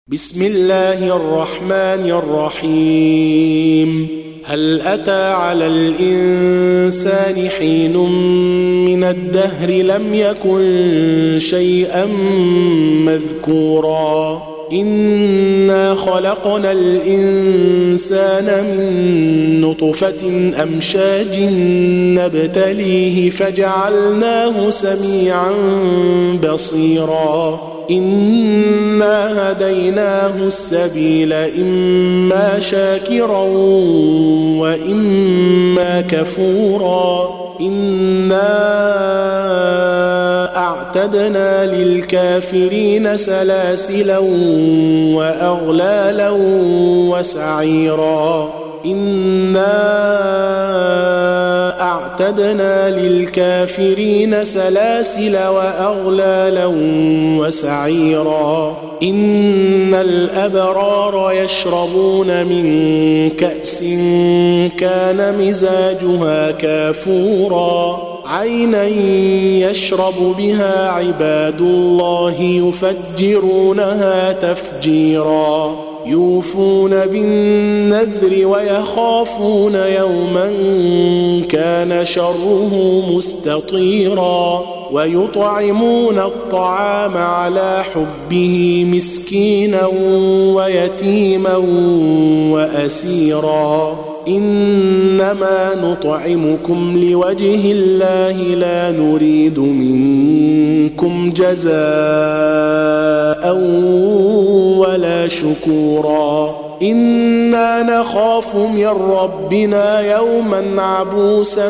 بسم الله الرحمن الرحيم. هل أتى على الإنسان حين من الدهر لم يكن شيئا مذكورا إنا خلقنا الإنسان من نطفة أمشاج نبتليه فجعلناه سميعا بصيرا إنا هديناه السبيل إما شاكرا وإما كفورا إنا أعتدنا للكافرين سلاسلا وأغلالا وسعيرا إنا أعتدنا للكافرين سلاسل وأغلالا وسعيرا إن الأبرار يشربون من كأس كان مزاجها كافورا عينا يشرب بها عباد الله يفجرونها تفجيرا يوفون بالنذر ويخافون يوما كان شره مستطيرا ويطعمون الطعام على حبه مسكينا ويتيما وأسيرا إنما نطعمكم لوجه الله لا نريد منكم جزاء ولا شكورا إنا نخاف من ربنا يوما عبوسا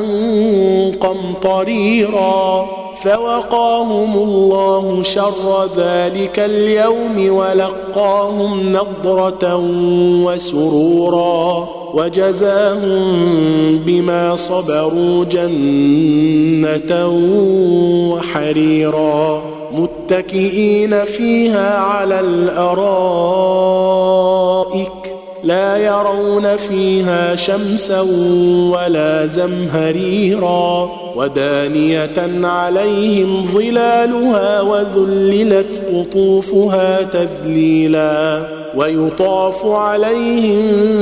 قمطريرا فوقاهم الله شر ذلك اليوم ولقاهم نضرة وسرورا وجزاهم بما صبروا جنة وحريرا متكئين فيها على الأرائك لا يرون فيها شمسا ولا زمهريرا ودانية عليهم ظلالها وذللت قطوفها تذليلا ويطاف عليهم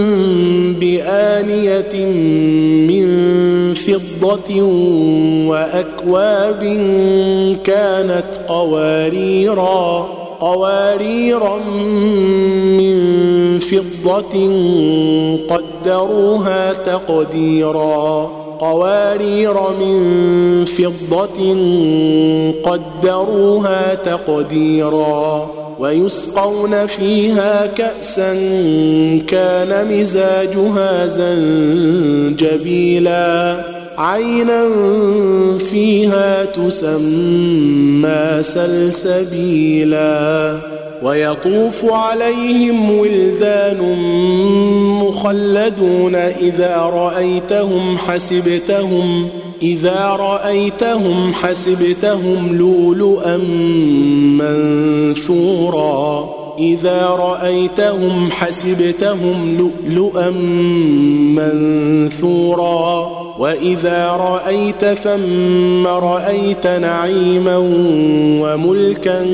بآنية من فضة وأكواب كانت قواريرا من فضة قدروها تقديرا قوارير من فضة قدروها تقديرا ويسقون فيها كأسا كان مزاجها زنجبيلا عينا فيها تسمى سلسبيلا ويطوف عليهم ولدان مخلدون إذا رأيتهم حسبتهم لؤلؤا منثورا وإذا رأيت ثم رأيت نعيما وملكا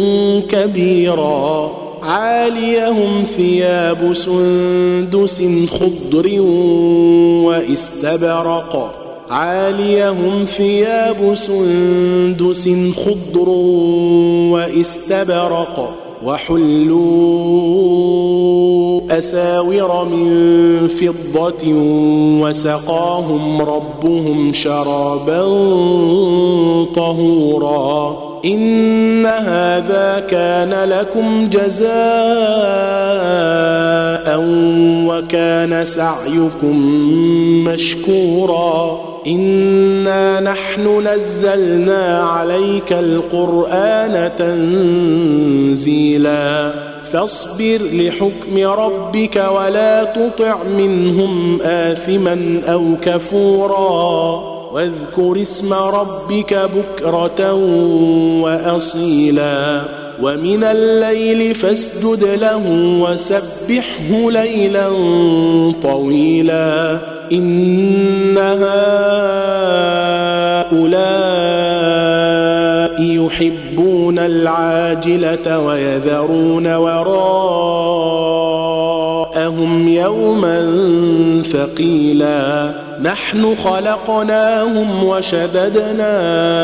كبيرا عاليهم ثياب سندس خضر واستبرق وحلوا أساور من فضة وسقاهم ربهم شرابا طهورا إن هذا كان لكم جزاء وكان سعيكم مشكورا إنا نحن نزلنا عليك القرآن تنزيلا فاصبر لحكم ربك ولا تطع منهم آثما أو كفورا واذكر اسم ربك بكرة وأصيلا ومن الليل فاسجد له وسبحه ليلا طويلا إن هؤلاء يحبون العاجلة ويذرون وراءهم يوما ثقيلا نحن خلقناهم وشددنا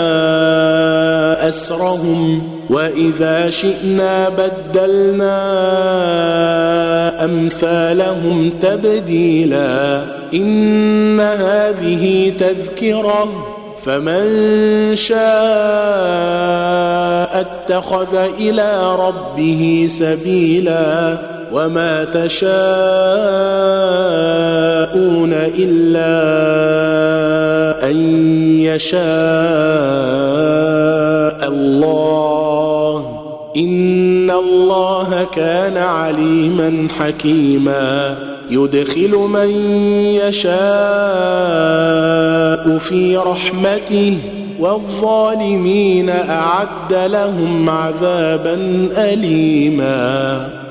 أسرهم وإذا شئنا بدلنا أمثالهم تبديلا إن هذه تذكرة فمن شاء اتخذ إلى ربه سبيلا وما تشاءون إلا أن يشاء الله إن الله كان عليما حكيما يدخل من يشاء في رحمته والظالمين أعد لهم عذابا أليما.